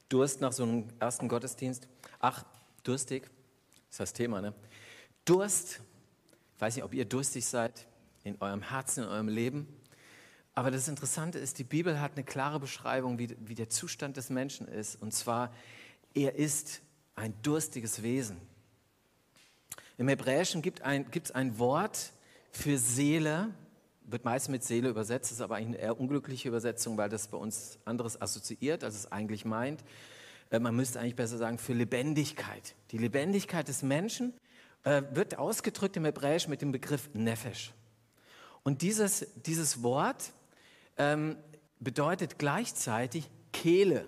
Durst nach so einem ersten Gottesdienst. Ach, durstig, ist das Thema, ne? Durst, ich weiß nicht, ob ihr durstig seid, in eurem Herzen, in eurem Leben. Aber das Interessante ist, die Bibel hat eine klare Beschreibung, wie der Zustand des Menschen ist. Und zwar, er ist ein durstiges Wesen. Im Hebräischen gibt es ein Wort für Seele, wird meist mit Seele übersetzt, ist aber eine eher unglückliche Übersetzung, weil das bei uns anderes assoziiert, als es eigentlich meint. Man müsste eigentlich besser sagen, für Lebendigkeit. Die Lebendigkeit des Menschen wird ausgedrückt im Hebräischen mit dem Begriff Nefesh. Und dieses Wort bedeutet gleichzeitig Kehle.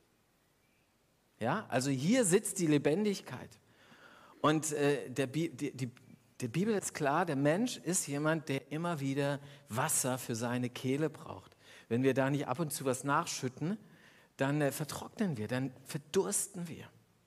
Ja, also hier sitzt die Lebendigkeit. Und der Bibel ist klar, der Mensch ist jemand, der immer wieder Wasser für seine Kehle braucht. Wenn wir da nicht ab und zu was nachschütten, dann vertrocknen wir, dann verdursten wir.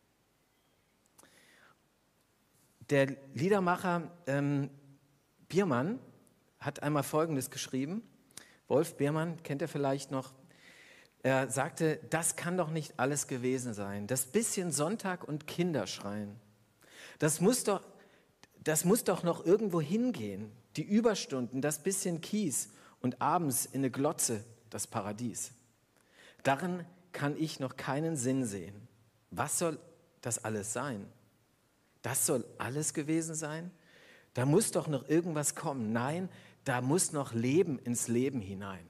Der Liedermacher Biermann hat einmal Folgendes geschrieben. Wolf Biermann, kennt ihr vielleicht noch? Er sagte, das kann doch nicht alles gewesen sein. Das bisschen Sonntag und Kinderschreien. Das muss doch noch irgendwo hingehen. Die Überstunden, das bisschen Kies und abends in eine Glotze das Paradies. Darin kann ich noch keinen Sinn sehen. Was soll das alles sein? Das soll alles gewesen sein? Da muss doch noch irgendwas kommen. Nein, da muss noch Leben ins Leben hinein.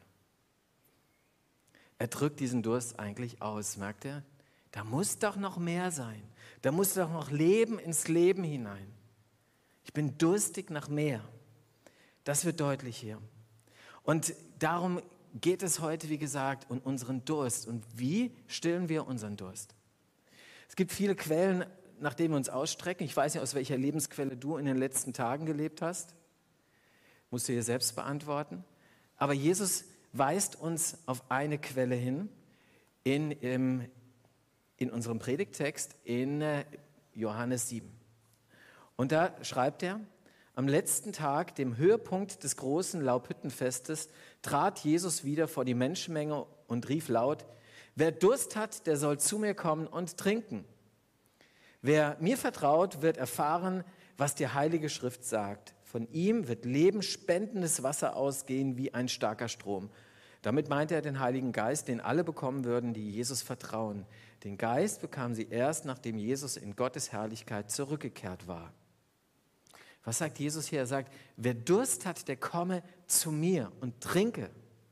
Er drückt diesen Durst eigentlich aus, merkt ihr? Da muss doch noch mehr sein. Da muss doch noch Leben ins Leben hinein. Ich bin durstig nach mehr. Das wird deutlich hier. Und darum geht es heute, wie gesagt, um unseren Durst. Und wie stillen wir unseren Durst? Es gibt viele Quellen, nach denen wir uns ausstrecken. Ich weiß nicht, aus welcher Lebensquelle du in den letzten Tagen gelebt hast. Musst du dir selbst beantworten. Aber Jesus weist uns auf eine Quelle hin in unserem Predigttext in Johannes 7. Und da schreibt er, am letzten Tag, dem Höhepunkt des großen Laubhüttenfestes, trat Jesus wieder vor die Menschenmenge und rief laut, wer Durst hat, der soll zu mir kommen und trinken. Wer mir vertraut, wird erfahren, was die Heilige Schrift sagt. Von ihm wird lebensspendendes Wasser ausgehen wie ein starker Strom. Damit meinte er den Heiligen Geist, den alle bekommen würden, die Jesus vertrauen. Den Geist bekamen sie erst, nachdem Jesus in Gottes Herrlichkeit zurückgekehrt war. Was sagt Jesus hier? Er sagt, wer Durst hat, der komme zu mir und trinke.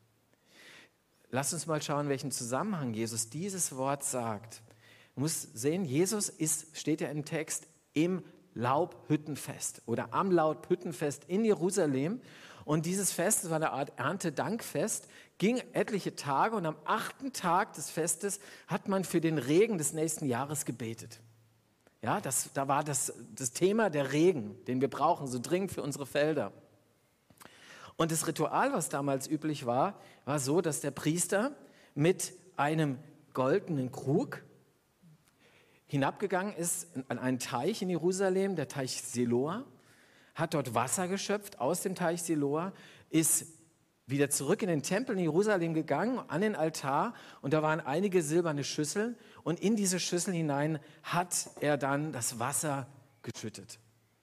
Lass uns mal schauen, welchen Zusammenhang Jesus dieses Wort sagt. Man muss sehen, Jesus steht ja im Text im Laubhüttenfest oder am Laubhüttenfest in Jerusalem. Und dieses Fest, das war eine Art Erntedankfest, ging etliche Tage und am 8. Tag des Festes hat man für den Regen des nächsten Jahres gebetet. Ja, da war das Thema der Regen, den wir brauchen, so dringend für unsere Felder. Und das Ritual, was damals üblich war so, dass der Priester mit einem goldenen Krug hinabgegangen ist an einen Teich in Jerusalem, der Teich Siloa, hat dort Wasser geschöpft aus dem Teich Siloa, ist wieder zurück in den Tempel in Jerusalem gegangen, an den Altar, und da waren einige silberne Schüsseln und in diese Schüssel hinein hat er dann das Wasser geschüttet.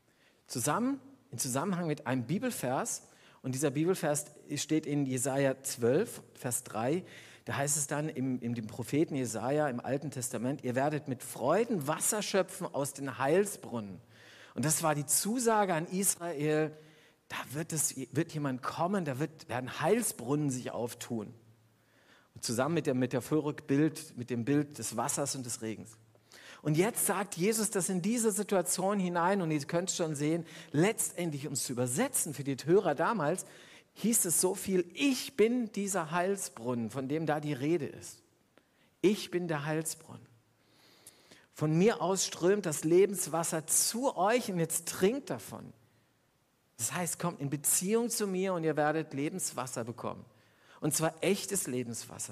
In Zusammenhang mit einem Bibelvers, und dieser Bibelvers steht in Jesaja 12, Vers 3, da heißt es dann in dem Propheten Jesaja im Alten Testament, ihr werdet mit Freuden Wasser schöpfen aus den Heilsbrunnen. Und das war die Zusage an Israel, da wird jemand kommen, werden Heilsbrunnen sich auftun. Und zusammen mit dem Metaphorik-Bild, mit dem Bild des Wassers und des Regens. Und jetzt sagt Jesus das in diese Situation hinein, und ihr könnt schon sehen, letztendlich, um es zu übersetzen für die Hörer damals, hieß es so viel, ich bin dieser Heilsbrunnen, von dem da die Rede ist. Ich bin der Heilsbrunnen. Von mir aus strömt das Lebenswasser zu euch und jetzt trinkt davon. Das heißt, kommt in Beziehung zu mir und ihr werdet Lebenswasser bekommen. Und zwar echtes Lebenswasser.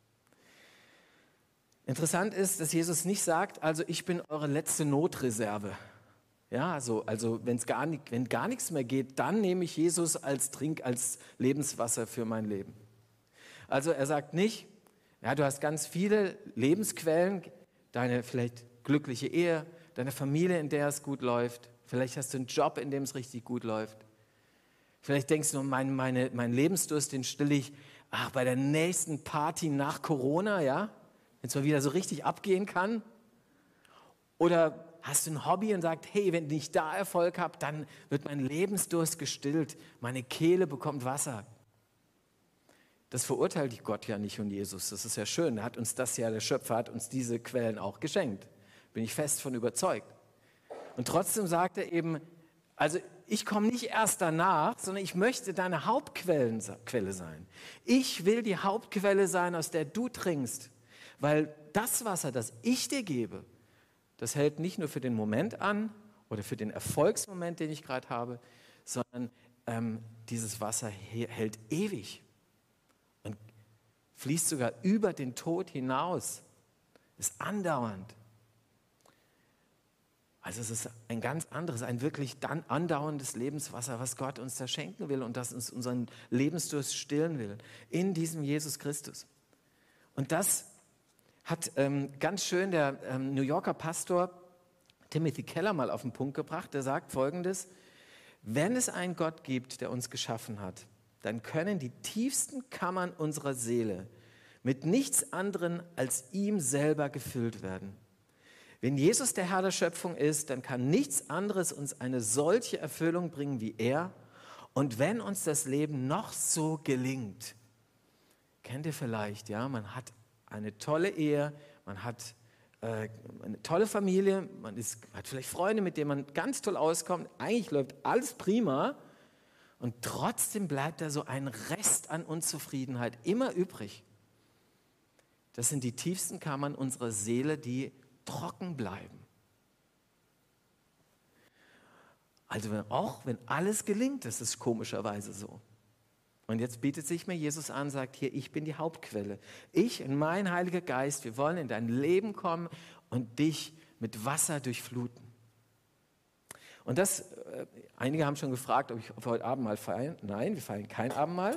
Interessant ist, dass Jesus nicht sagt, also ich bin eure letzte Notreserve. Ja, also wenn gar nichts mehr geht, dann nehme ich Jesus als Lebenswasser für mein Leben. Also er sagt nicht, Ja, du hast ganz viele Lebensquellen, deine vielleicht glückliche Ehe, deine Familie, in der es gut läuft. Vielleicht hast du einen Job, in dem es richtig gut läuft. Vielleicht denkst du, mein Lebensdurst, den stille ich bei der nächsten Party nach Corona, ja, wenn es mal wieder so richtig abgehen kann. Oder hast du ein Hobby und sagst, hey, wenn ich da Erfolg habe, dann wird mein Lebensdurst gestillt, meine Kehle bekommt Wasser. Das verurteilt Gott ja nicht und Jesus. Das ist ja schön. Er hat uns das ja, der Schöpfer hat uns diese Quellen auch geschenkt. Bin ich fest von überzeugt. Und trotzdem sagt er eben, also ich komme nicht erst danach, sondern ich möchte deine Hauptquelle sein. Ich will die Hauptquelle sein, aus der du trinkst. Weil das Wasser, das ich dir gebe, das hält nicht nur für den Moment an oder für den Erfolgsmoment, den ich gerade habe, sondern dieses Wasser hält ewig. Und fließt sogar über den Tod hinaus, ist andauernd. Also es ist ein ganz anderes, ein wirklich dann andauerndes Lebenswasser, was Gott uns da schenken will und das uns unseren Lebensdurst stillen will, in diesem Jesus Christus. Und das hat ganz schön der New Yorker Pastor Timothy Keller mal auf den Punkt gebracht, der sagt Folgendes: Wenn es einen Gott gibt, der uns geschaffen hat, dann können die tiefsten Kammern unserer Seele mit nichts anderem als ihm selber gefüllt werden. Wenn Jesus der Herr der Schöpfung ist, dann kann nichts anderes uns eine solche Erfüllung bringen wie er. Und wenn uns das Leben noch so gelingt, kennt ihr vielleicht, ja, man hat eine tolle Ehe, man hat eine tolle Familie, hat vielleicht Freunde, mit denen man ganz toll auskommt, eigentlich läuft alles prima. Und trotzdem bleibt da so ein Rest an Unzufriedenheit immer übrig. Das sind die tiefsten Kammern unserer Seele, die trocken bleiben. Also auch wenn alles gelingt, das ist komischerweise so. Und jetzt bietet sich mir Jesus an, sagt hier, ich bin die Hauptquelle. Ich und mein Heiliger Geist, wir wollen in dein Leben kommen und dich mit Wasser durchfluten. Und das, einige haben schon gefragt, ob wir heute Abendmahl feiern. Nein, wir feiern kein Abendmahl.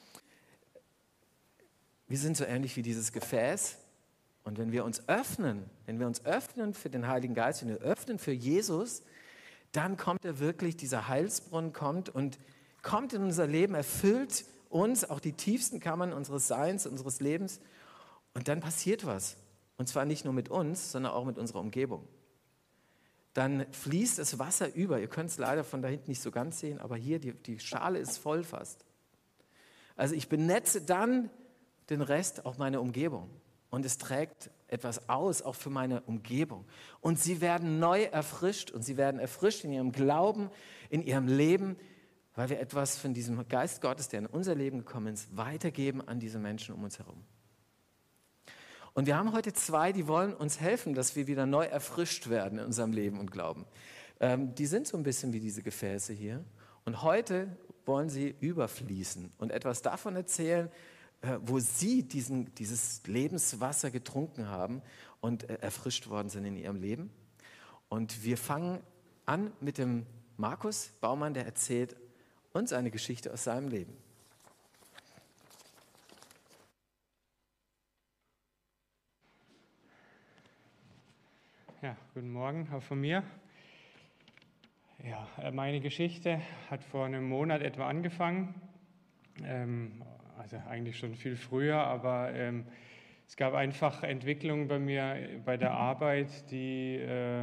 Wir sind so ähnlich wie dieses Gefäß. Und wenn wir uns öffnen für den Heiligen Geist, wenn wir öffnen für Jesus, dann kommt er wirklich, dieser Heilsbrunnen kommt in unser Leben, erfüllt uns, auch die tiefsten Kammern unseres Seins, unseres Lebens. Und dann passiert was. Und zwar nicht nur mit uns, sondern auch mit unserer Umgebung. Dann fließt das Wasser über. Ihr könnt es leider von da hinten nicht so ganz sehen, aber hier, die Schale ist voll fast. Also ich benetze dann den Rest, auch meine Umgebung. Und es trägt etwas aus, auch für meine Umgebung. Und sie werden neu erfrischt und sie werden erfrischt in ihrem Glauben, in ihrem Leben, weil wir etwas von diesem Geist Gottes, der in unser Leben gekommen ist, weitergeben an diese Menschen um uns herum. Und wir haben heute zwei, die wollen uns helfen, dass wir wieder neu erfrischt werden in unserem Leben und Glauben. Die sind so ein bisschen wie diese Gefäße hier. Und heute wollen sie überfließen und etwas davon erzählen, wo sie dieses Lebenswasser getrunken haben und erfrischt worden sind in ihrem Leben. Und wir fangen an mit dem Markus Baumann, der erzählt uns eine Geschichte aus seinem Leben. Ja, guten Morgen auch von mir. Ja, meine Geschichte hat vor einem Monat etwa angefangen. Also eigentlich schon viel früher, aber es gab einfach Entwicklungen bei mir bei der Arbeit, die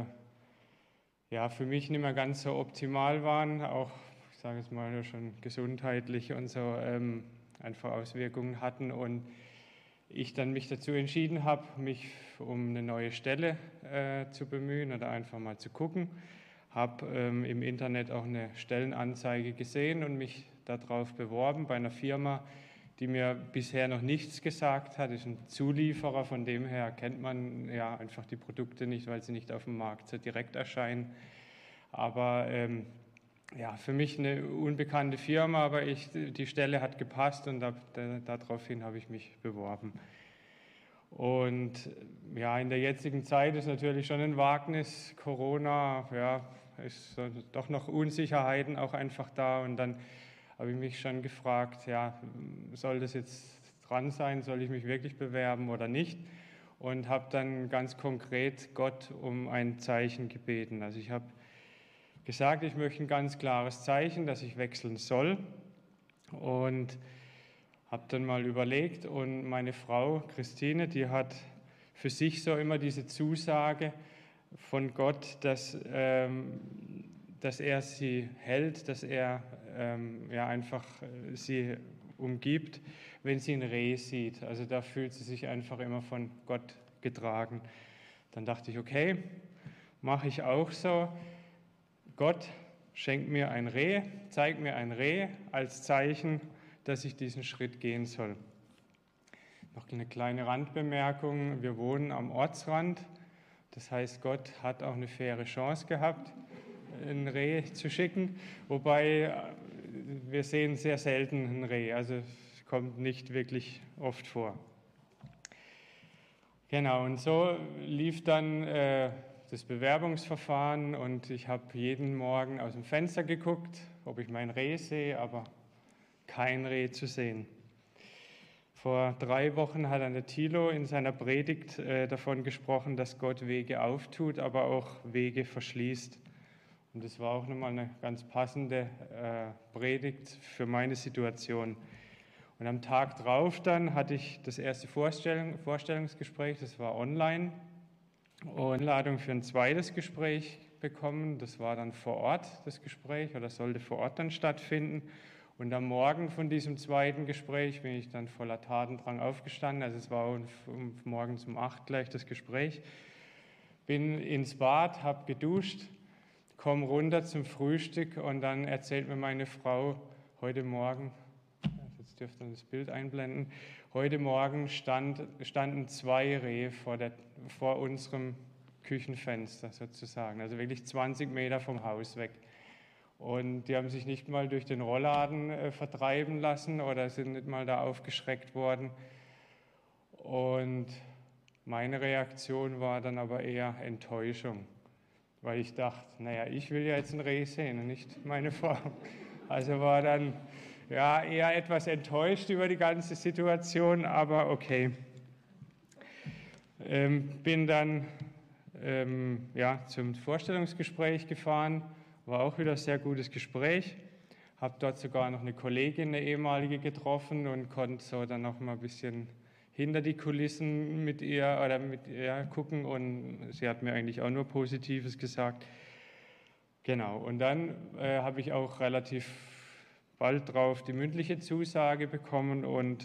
für mich nicht mehr ganz so optimal waren, auch, ich sage es mal, schon gesundheitlich und so einfach Auswirkungen hatten und ich dann mich dazu entschieden habe, mich um eine neue Stelle zu bemühen oder einfach mal zu gucken. Habe im Internet auch eine Stellenanzeige gesehen und mich darauf beworben bei einer Firma, die mir bisher noch nichts gesagt hat. Das ist ein Zulieferer, von dem her kennt man ja einfach die Produkte nicht, weil sie nicht auf dem Markt so direkt erscheinen. Aber für mich eine unbekannte Firma, aber die Stelle hat gepasst und daraufhin habe ich mich beworben. Und ja, in der jetzigen Zeit ist natürlich schon ein Wagnis. Corona, ist doch noch Unsicherheiten auch einfach da. Und dann habe ich mich schon gefragt, soll das jetzt dran sein, soll ich mich wirklich bewerben oder nicht? Und habe dann ganz konkret Gott um ein Zeichen gebeten. Also ich habe gesagt, ich möchte ein ganz klares Zeichen, dass ich wechseln soll. Und habe dann mal überlegt, und meine Frau Christine, die hat für sich so immer diese Zusage von Gott, dass er sie hält, dass er einfach sie umgibt, wenn sie ein Reh sieht. Also da fühlt sie sich einfach immer von Gott getragen. Dann dachte ich, okay, mache ich auch so. Gott, schenk mir ein Reh, zeig mir ein Reh als Zeichen, dass ich diesen Schritt gehen soll. Noch eine kleine Randbemerkung, wir wohnen am Ortsrand, das heißt, Gott hat auch eine faire Chance gehabt, ein Reh zu schicken, wobei wir sehen sehr selten ein Reh, also es kommt nicht wirklich oft vor. Genau, und so lief dann das Bewerbungsverfahren und ich habe jeden Morgen aus dem Fenster geguckt, ob ich mein Reh sehe, aber kein Reh zu sehen. Vor 3 Wochen hat der Thilo in seiner Predigt davon gesprochen, dass Gott Wege auftut, aber auch Wege verschließt. Und das war auch nochmal eine ganz passende Predigt für meine Situation. Und am Tag drauf dann hatte ich das erste Vorstellungsgespräch, das war online, und Einladung für ein zweites Gespräch bekommen. Das war dann vor Ort, das Gespräch, oder sollte vor Ort dann stattfinden. Und am Morgen von diesem zweiten Gespräch bin ich dann voller Tatendrang aufgestanden. Also es war morgens um 8 gleich das Gespräch. Bin ins Bad, habe geduscht, komme runter zum Frühstück und dann erzählt mir meine Frau, heute Morgen, jetzt dürft ihr das Bild einblenden, heute Morgen standen 2 Rehe vor unserem Küchenfenster sozusagen, also wirklich 20 Meter vom Haus weg. Und die haben sich nicht mal durch den Rollladen vertreiben lassen oder sind nicht mal da aufgeschreckt worden. Und meine Reaktion war dann aber eher Enttäuschung, weil ich dachte, naja, ich will ja jetzt ein Reh sehen und nicht meine Frau. Also war dann ja eher etwas enttäuscht über die ganze Situation, aber okay. Bin dann zum Vorstellungsgespräch gefahren. War auch wieder ein sehr gutes Gespräch. Habe dort sogar noch eine Kollegin, eine ehemalige, getroffen und konnte so dann noch mal ein bisschen hinter die Kulissen mit ihr gucken. Und sie hat mir eigentlich auch nur Positives gesagt. Genau, und dann habe ich auch relativ bald drauf die mündliche Zusage bekommen und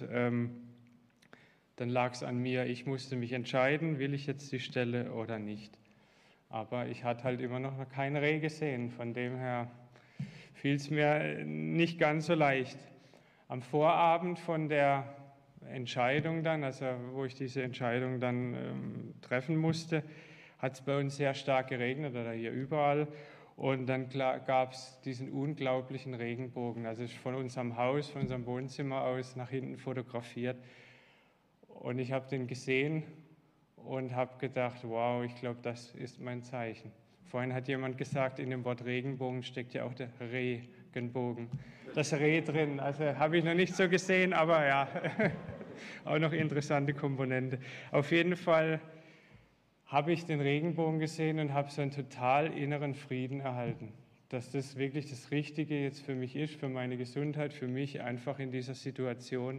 dann lag es an mir, ich musste mich entscheiden, will ich jetzt die Stelle oder nicht. Aber ich hatte halt immer noch kein Reh gesehen, von dem her fiel es mir nicht ganz so leicht. Am Vorabend von der Entscheidung dann, also wo ich diese Entscheidung dann treffen musste, hat es bei uns sehr stark geregnet oder hier überall. Und dann gab es diesen unglaublichen Regenbogen, also von unserem Haus, von unserem Wohnzimmer aus nach hinten fotografiert. Und ich habe den gesehen und habe gedacht, wow, ich glaube, das ist mein Zeichen. Vorhin hat jemand gesagt, in dem Wort Regenbogen steckt ja auch der Regenbogen. Das Reh drin, also habe ich noch nicht so gesehen, aber ja, auch noch interessante Komponente. Auf jeden Fall habe ich den Regenbogen gesehen und habe so einen total inneren Frieden erhalten, dass das wirklich das Richtige jetzt für mich ist, für meine Gesundheit, für mich einfach in dieser Situation.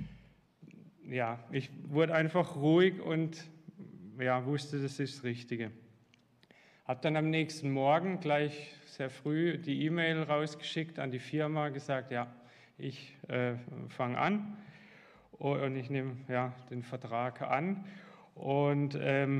Ja, ich wurde einfach ruhig und wusste, das ist das Richtige. Habe dann am nächsten Morgen gleich sehr früh die E-Mail rausgeschickt an die Firma, gesagt, ja, ich fange an und ich nehme den Vertrag an. Und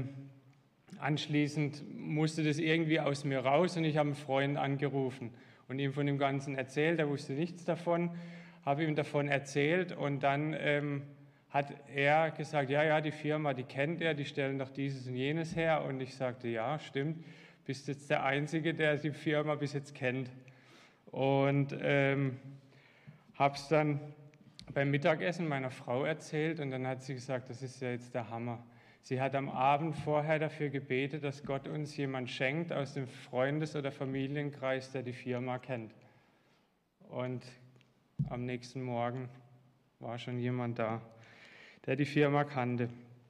anschließend musste das irgendwie aus mir raus und ich habe einen Freund angerufen und ihm von dem Ganzen erzählt. Er wusste nichts davon, habe ihm davon erzählt und dann hat er gesagt, ja, die Firma, die kennt er, die stellen doch dieses und jenes her. Und ich sagte, ja, stimmt, bist jetzt der Einzige, der die Firma bis jetzt kennt. Und habe es dann beim Mittagessen meiner Frau erzählt und dann hat sie gesagt, das ist ja jetzt der Hammer. Sie hat am Abend vorher dafür gebetet, dass Gott uns jemand schenkt aus dem Freundes- oder Familienkreis, der die Firma kennt. Und am nächsten Morgen war schon jemand da. der die Firma kannte.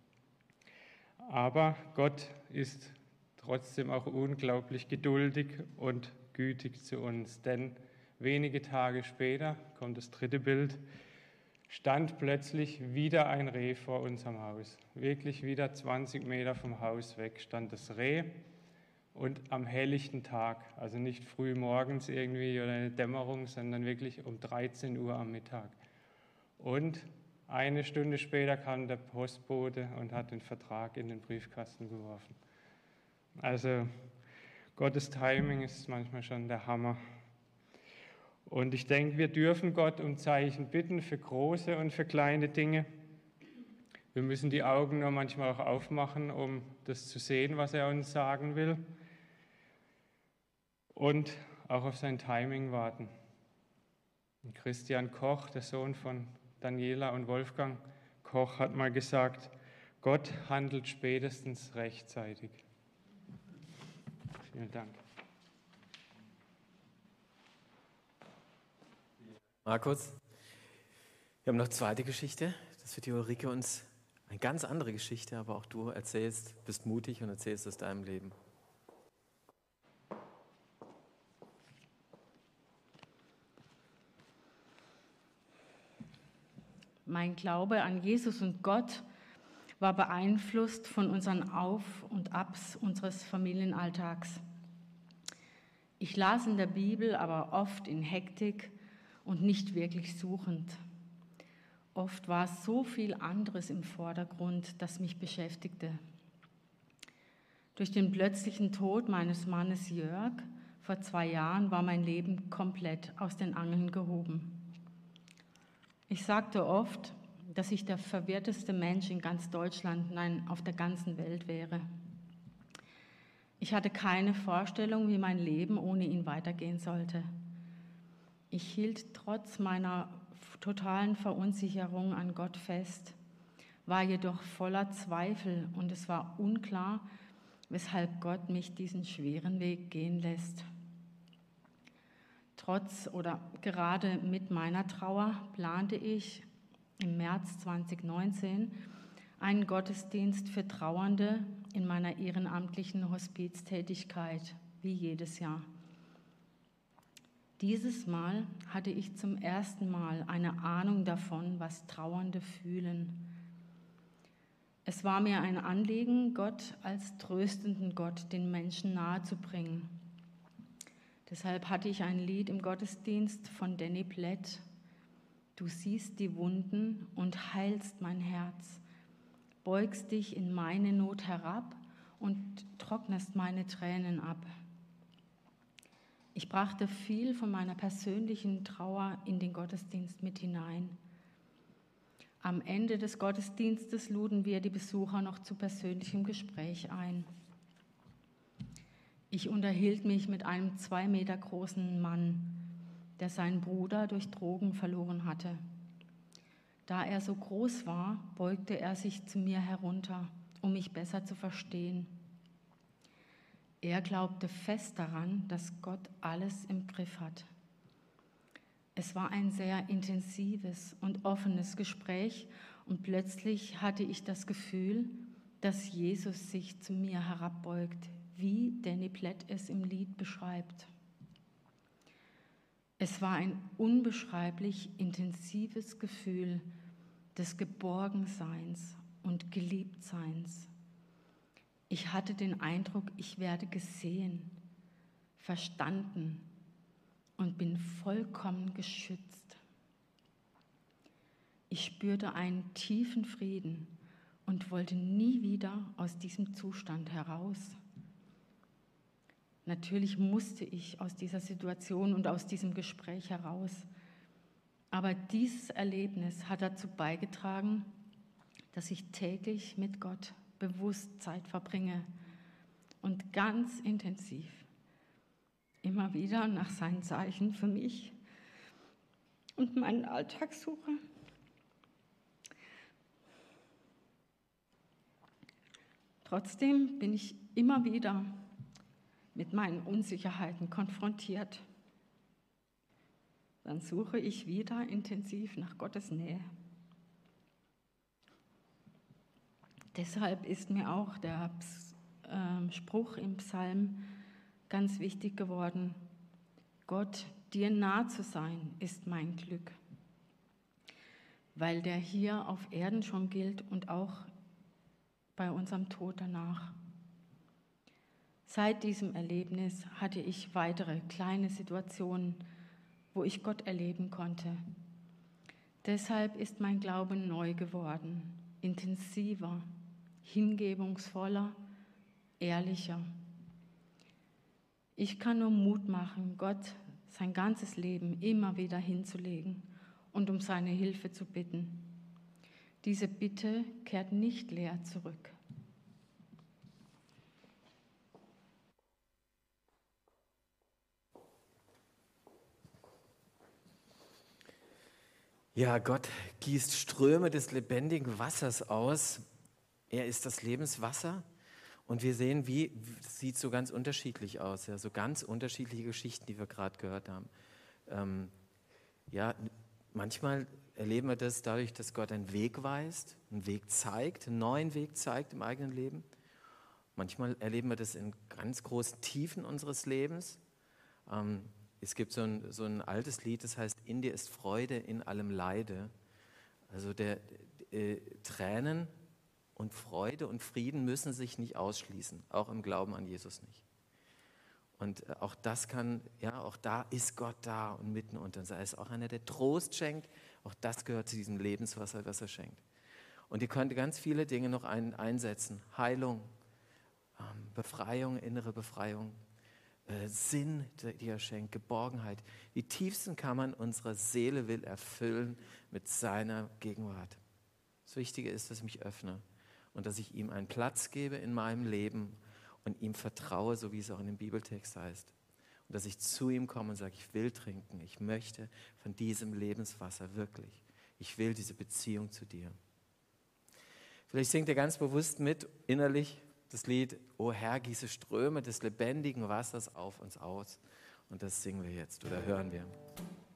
Aber Gott ist trotzdem auch unglaublich geduldig und gütig zu uns, denn wenige Tage später, kommt das dritte Bild, stand plötzlich wieder ein Reh vor unserem Haus. Wirklich wieder 20 Meter vom Haus weg stand das Reh und am helllichten Tag, also nicht früh morgens irgendwie oder eine Dämmerung, sondern wirklich um 13 Uhr am Mittag. Und eine Stunde später kam der Postbote und hat den Vertrag in den Briefkasten geworfen. Also Gottes Timing ist manchmal schon der Hammer. Und ich denke, wir dürfen Gott um Zeichen bitten für große und für kleine Dinge. Wir müssen die Augen nur manchmal auch aufmachen, um das zu sehen, was er uns sagen will. Und auch auf sein Timing warten. Und Christian Koch, der Sohn von Daniela und Wolfgang Koch, hat mal gesagt, Gott handelt spätestens rechtzeitig. Vielen Dank. Markus, wir haben noch eine zweite Geschichte. Das wird die Ulrike uns, eine ganz andere Geschichte, aber auch du erzählst, bist mutig und erzählst aus deinem Leben. Mein Glaube an Jesus und Gott war beeinflusst von unseren Auf- und Abs unseres Familienalltags. Ich las in der Bibel, aber oft in Hektik und nicht wirklich suchend. Oft war so viel anderes im Vordergrund, das mich beschäftigte. Durch den plötzlichen Tod meines Mannes Jörg vor 2 Jahren war mein Leben komplett aus den Angeln gehoben. Ich sagte oft, dass ich der verwirrteste Mensch in ganz Deutschland, nein, auf der ganzen Welt wäre. Ich hatte keine Vorstellung, wie mein Leben ohne ihn weitergehen sollte. Ich hielt trotz meiner totalen Verunsicherung an Gott fest, war jedoch voller Zweifel und es war unklar, weshalb Gott mich diesen schweren Weg gehen lässt. Trotz oder gerade mit meiner Trauer plante ich im März 2019 einen Gottesdienst für Trauernde in meiner ehrenamtlichen Hospiztätigkeit, wie jedes Jahr. Dieses Mal hatte ich zum ersten Mal eine Ahnung davon, was Trauernde fühlen. Es war mir ein Anliegen, Gott als tröstenden Gott den Menschen nahezubringen. Deshalb hatte ich ein Lied im Gottesdienst von Danny Plett. Du siehst die Wunden und heilst mein Herz, beugst dich in meine Not herab und trocknest meine Tränen ab. Ich brachte viel von meiner persönlichen Trauer in den Gottesdienst mit hinein. Am Ende des Gottesdienstes luden wir die Besucher noch zu persönlichem Gespräch ein. Ich unterhielt mich mit einem 2 Meter großen Mann, der seinen Bruder durch Drogen verloren hatte. Da er so groß war, beugte er sich zu mir herunter, um mich besser zu verstehen. Er glaubte fest daran, dass Gott alles im Griff hat. Es war ein sehr intensives und offenes Gespräch und plötzlich hatte ich das Gefühl, dass Jesus sich zu mir herabbeugt, wie Danny Plett es im Lied beschreibt. Es war ein unbeschreiblich intensives Gefühl des Geborgenseins und Geliebtseins. Ich hatte den Eindruck, ich werde gesehen, verstanden und bin vollkommen geschützt. Ich spürte einen tiefen Frieden und wollte nie wieder aus diesem Zustand heraus. Natürlich musste ich aus dieser Situation und aus diesem Gespräch heraus. Aber dieses Erlebnis hat dazu beigetragen, dass ich täglich mit Gott bewusst Zeit verbringe und ganz intensiv immer wieder nach seinen Zeichen für mich und meinen Alltag suche. Trotzdem bin ich immer wieder mit meinen Unsicherheiten konfrontiert. Dann suche ich wieder intensiv nach Gottes Nähe. Deshalb ist mir auch der Spruch im Psalm ganz wichtig geworden. Gott, dir nah zu sein, ist mein Glück. Weil der hier auf Erden schon gilt und auch bei unserem Tod danach. Seit diesem Erlebnis hatte ich weitere kleine Situationen, wo ich Gott erleben konnte. Deshalb ist mein Glaube neu geworden, intensiver, hingebungsvoller, ehrlicher. Ich kann nur Mut machen, Gott sein ganzes Leben immer wieder hinzulegen und um seine Hilfe zu bitten. Diese Bitte kehrt nicht leer zurück. Ja, Gott gießt Ströme des lebendigen Wassers aus. Er ist das Lebenswasser. Und wir sehen, es sieht so ganz unterschiedlich aus. Ja, so ganz unterschiedliche Geschichten, die wir gerade gehört haben. Manchmal erleben wir das dadurch, dass Gott einen Weg weist, einen Weg zeigt, einen neuen Weg zeigt im eigenen Leben. Manchmal erleben wir das in ganz großen Tiefen unseres Lebens. Es gibt so ein altes Lied, das heißt, in dir ist Freude, in allem Leide. Also Tränen und Freude und Frieden müssen sich nicht ausschließen, auch im Glauben an Jesus nicht. Und auch das auch da ist Gott da und mitten unter uns. Er ist auch einer, der Trost schenkt. Auch das gehört zu diesem Lebenswasser, was er schenkt. Und ihr könnt ganz viele Dinge noch einsetzen. Heilung, Befreiung, innere Befreiung, Sinn, die er schenkt, Geborgenheit. Die tiefsten Kammern unserer Seele will erfüllen mit seiner Gegenwart. Das Wichtige ist, dass ich mich öffne und dass ich ihm einen Platz gebe in meinem Leben und ihm vertraue, so wie es auch in dem Bibeltext heißt. Und dass ich zu ihm komme und sage, ich will trinken, ich möchte von diesem Lebenswasser wirklich. Ich will diese Beziehung zu dir. Vielleicht singt ihr ganz bewusst mit, innerlich, das Lied, O Herr, gieße Ströme des lebendigen Wassers auf uns aus. Und das singen wir jetzt oder hören wir.